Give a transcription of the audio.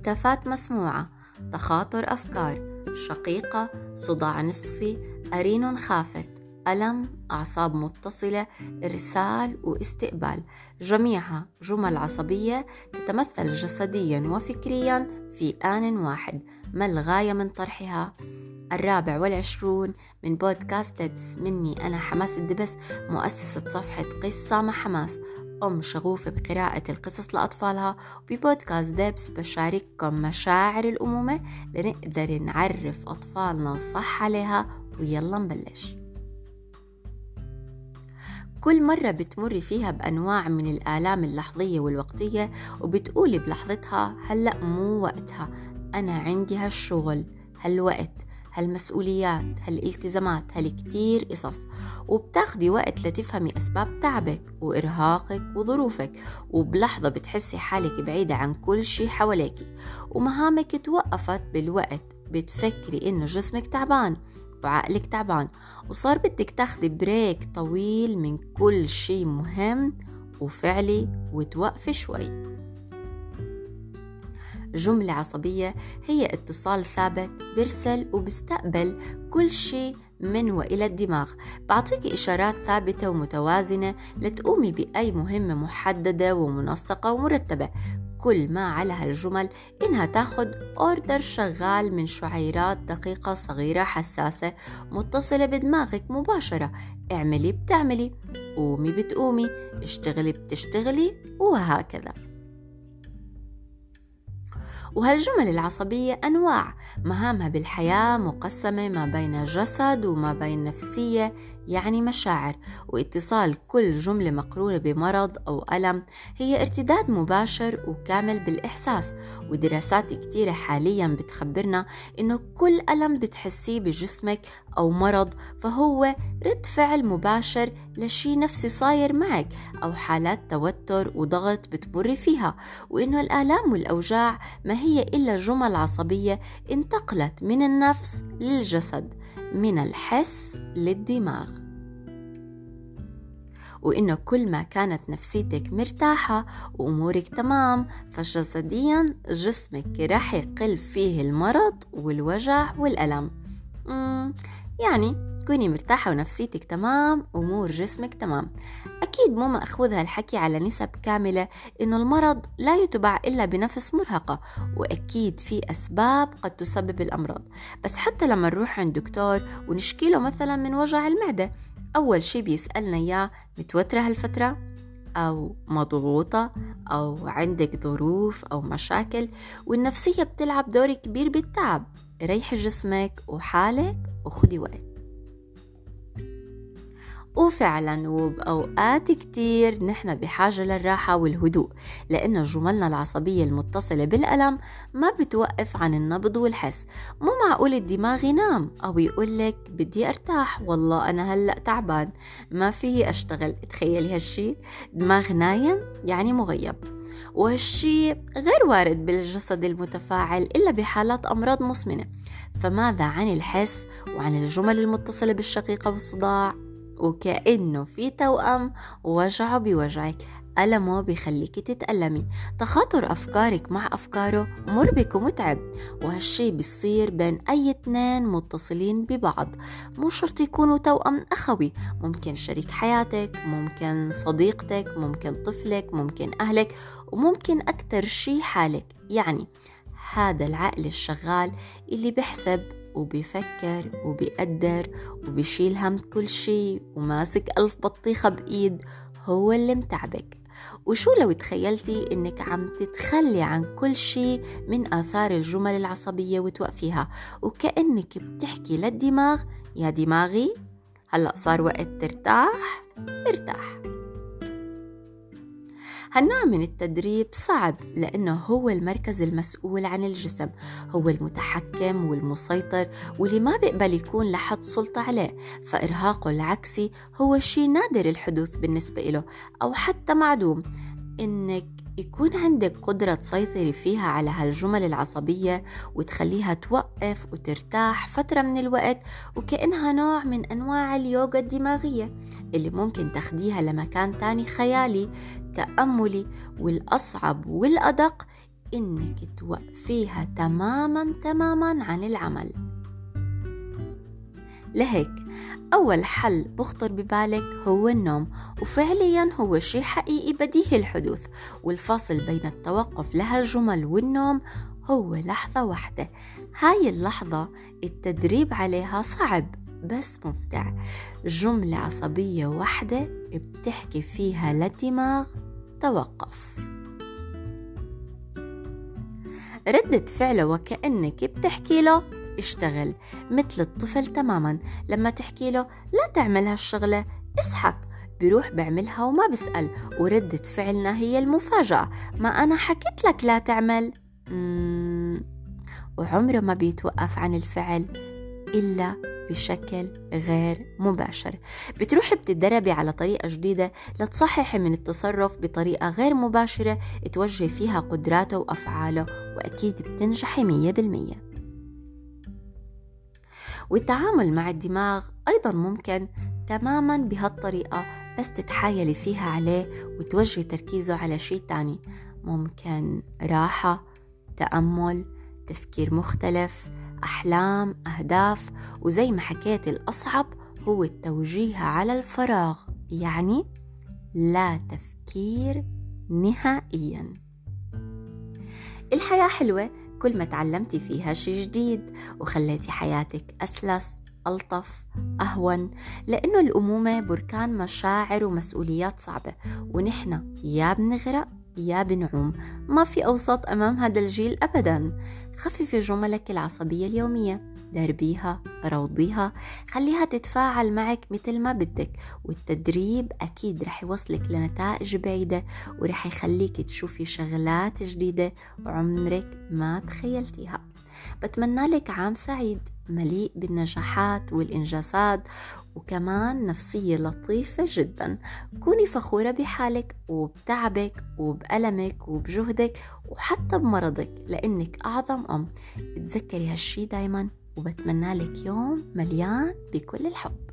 هتافات مسموعة، تخاطر أفكار، شقيقة، صداع نصفي، أرين خافت، ألم، أعصاب متصلة، إرسال واستقبال، جميعها جمل عصبية تتمثل جسديا وفكريا في آن واحد. ما الغاية من طرحها؟ 24 من بودكاست دبس، مني أنا حماس الدبس، مؤسسة صفحة قصة مع حماس، أم شغوفة بقراءة القصص لأطفالها. وببودكاست دبس بشارككم مشاعر الأمومة لنقدر نعرف أطفالنا صح عليها. ويلا نبلش. كل مرة بتمر فيها بأنواع من الآلام اللحظية والوقتية، وبتقولي بلحظتها هلأ مو وقتها، أنا عندي هالشغل، هالوقت، هالمسؤوليات، هالالتزامات، هالكتير قصص. وبتاخدي وقت لتفهمي أسباب تعبك وإرهاقك وظروفك، وبلحظة بتحسي حالك بعيدة عن كل شي حواليكي، ومهامك توقفت بالوقت. بتفكري إنه جسمك تعبان وعقلك تعبان، وصار بدك تاخدي بريك طويل من كل شي مهم وفعلي وتوقفي شوي. جملة عصبية هي اتصال ثابت بيرسل وبستقبل كل شي من وإلى الدماغ، بعطيك إشارات ثابتة ومتوازنة لتقومي بأي مهمة محددة ومنسقة ومرتبة. كل ما على هالجمل إنها تاخد أوردر شغال من شعيرات دقيقة صغيرة حساسة متصلة بدماغك مباشرة. اعملي بتعملي، قومي بتقومي، اشتغلي بتشتغلي، وهكذا. وهالجمل العصبية أنواع، مهامها بالحياة مقسمة ما بين جسد وما بين نفسية، يعني مشاعر. واتصال كل جملة مقرونة بمرض أو ألم هي ارتداد مباشر وكامل بالإحساس. ودراسات كتيرة حاليا بتخبرنا إنه كل ألم بتحسيه بجسمك أو مرض فهو رد فعل مباشر لشي نفسي صاير معك، أو حالات توتر وضغط بتمر فيها. وإنه الآلام والأوجاع ما هي إلا جمل عصبية انتقلت من النفس للجسد، من الحس للدماغ. وإنه كل ما كانت نفسيتك مرتاحة وأمورك تمام، فجسديا جسمك رح يقل فيه المرض والوجع والألم. يعني تكوني مرتاحة ونفسيتك تمام، أمور جسمك تمام. أكيد مو مأخذها الحكي على نسب كاملة، إنه المرض لا يتبع إلا بنفس مرهقة، وأكيد في أسباب قد تسبب الأمراض. بس حتى لما نروح عند دكتور ونشكيله مثلا من وجع المعدة، أول شي بيسألنا إياه متوترة هالفترة، أو مضغوطة، أو عندك ظروف أو مشاكل. والنفسية بتلعب دور كبير بالتعب. ريحي جسمك وحالك وخدي وقت. وفعلا وبأوقات كتير نحن بحاجة للراحة والهدوء، لأن جملنا العصبية المتصلة بالألم ما بتوقف عن النبض والحس. مو معقول الدماغ ينام أو يقولك بدي أرتاح، والله أنا هلأ تعبان ما فيه أشتغل. تخيلي هالشي، دماغ نايم يعني مغيب. وهالشي غير وارد بالجسد المتفاعل إلا بحالات أمراض مزمنة. فماذا عن الحس وعن الجمل المتصلة بالشقيقة والصداع؟ وكأنه في توأم وجعه بوجعك، ألمه بيخليك تتألمي، تخاطر أفكارك مع أفكاره مربك ومتعب. وهالشي بيصير بين أي اتنين متصلين ببعض، مو شرط يكونوا توأم أخوي، ممكن شريك حياتك، ممكن صديقتك، ممكن طفلك، ممكن أهلك، وممكن أكتر شي حالك. يعني هذا العقل الشغال اللي بيحسب وبيفكر وبيقدر وبيشيل هم كل شي وماسك 1000 بطيخة بإيد هو اللي متعبك. وشو لو تخيلتي إنك عم تتخلي عن كل شي من آثار الجمل العصبية وتوقفيها، وكأنك بتحكي للدماغ يا دماغي هلأ صار وقت ترتاح، ارتاح. هالنوع من التدريب صعب، لأنه هو المركز المسؤول عن الجسم، هو المتحكم والمسيطر واللي ما بيقبل يكون لحد سلطة عليه. فإرهاقه العكسي هو شيء نادر الحدوث بالنسبة له، أو حتى معدوم. إنك يكون عندك قدرة تسيطري فيها على هالجمل العصبية وتخليها توقف وترتاح فترة من الوقت، وكأنها نوع من أنواع اليوغا الدماغية اللي ممكن تاخديها لمكان تاني خيالي تأملي. والأصعب والأدق إنك توقفيها تماما عن العمل. لهيك أول حل بخطر ببالك هو النوم، وفعليا هو شيء حقيقي بديهي الحدوث، والفاصل بين التوقف لهالجمل والنوم هو لحظة واحدة. هاي اللحظة التدريب عليها صعب بس ممتع. جملة عصبية واحدة بتحكي فيها للدماغ توقف. ردة فعله وكأنك بتحكي له اشتغل، مثل الطفل تماما لما تحكي له لا تعمل هالشغلة اسحك، بيروح بعملها وما بسأل، وردة فعلنا هي المفاجأة، ما أنا حكيت لك لا تعمل. وعمره ما بيتوقف عن الفعل إلا بشكل غير مباشر. بتروحي بتدربي على طريقة جديدة لتصححي من التصرف بطريقة غير مباشرة توجهي فيها قدراته وأفعاله، وأكيد بتنجحي 100%. والتعامل مع الدماغ أيضا ممكن تماما بهالطريقة، بس تتحايلي فيها عليه وتوجهي تركيزه على شيء تاني، ممكن راحة، تأمل، تفكير مختلف، أحلام، أهداف. وزي ما حكيت الأصعب هو التوجيه على الفراغ، يعني لا تفكير نهائيا. الحياة حلوة كل ما تعلمتي فيها شيء جديد وخليتي حياتك أسلس، ألطف، أهون، لأنه الأمومة بركان مشاعر ومسؤوليات صعبة، ونحن يا بنغرق يا بنعوم، ما في أوسط أمام هذا الجيل أبدا. خففي جملك العصبية اليومية، دربيها، روضيها، خليها تتفاعل معك مثل ما بدك، والتدريب أكيد رح يوصلك لنتائج بعيدة، ورح يخليك تشوفي شغلات جديدة وعمرك ما تخيلتيها. بتمنى لك عام سعيد مليء بالنجاحات والإنجازات، وكمان نفسية لطيفة جدا. كوني فخورة بحالك وبتعبك وبألمك وبجهدك وحتى بمرضك، لأنك أعظم أم. تذكري هالشي دايما، وبتمنى لك يوم مليان بكل الحب.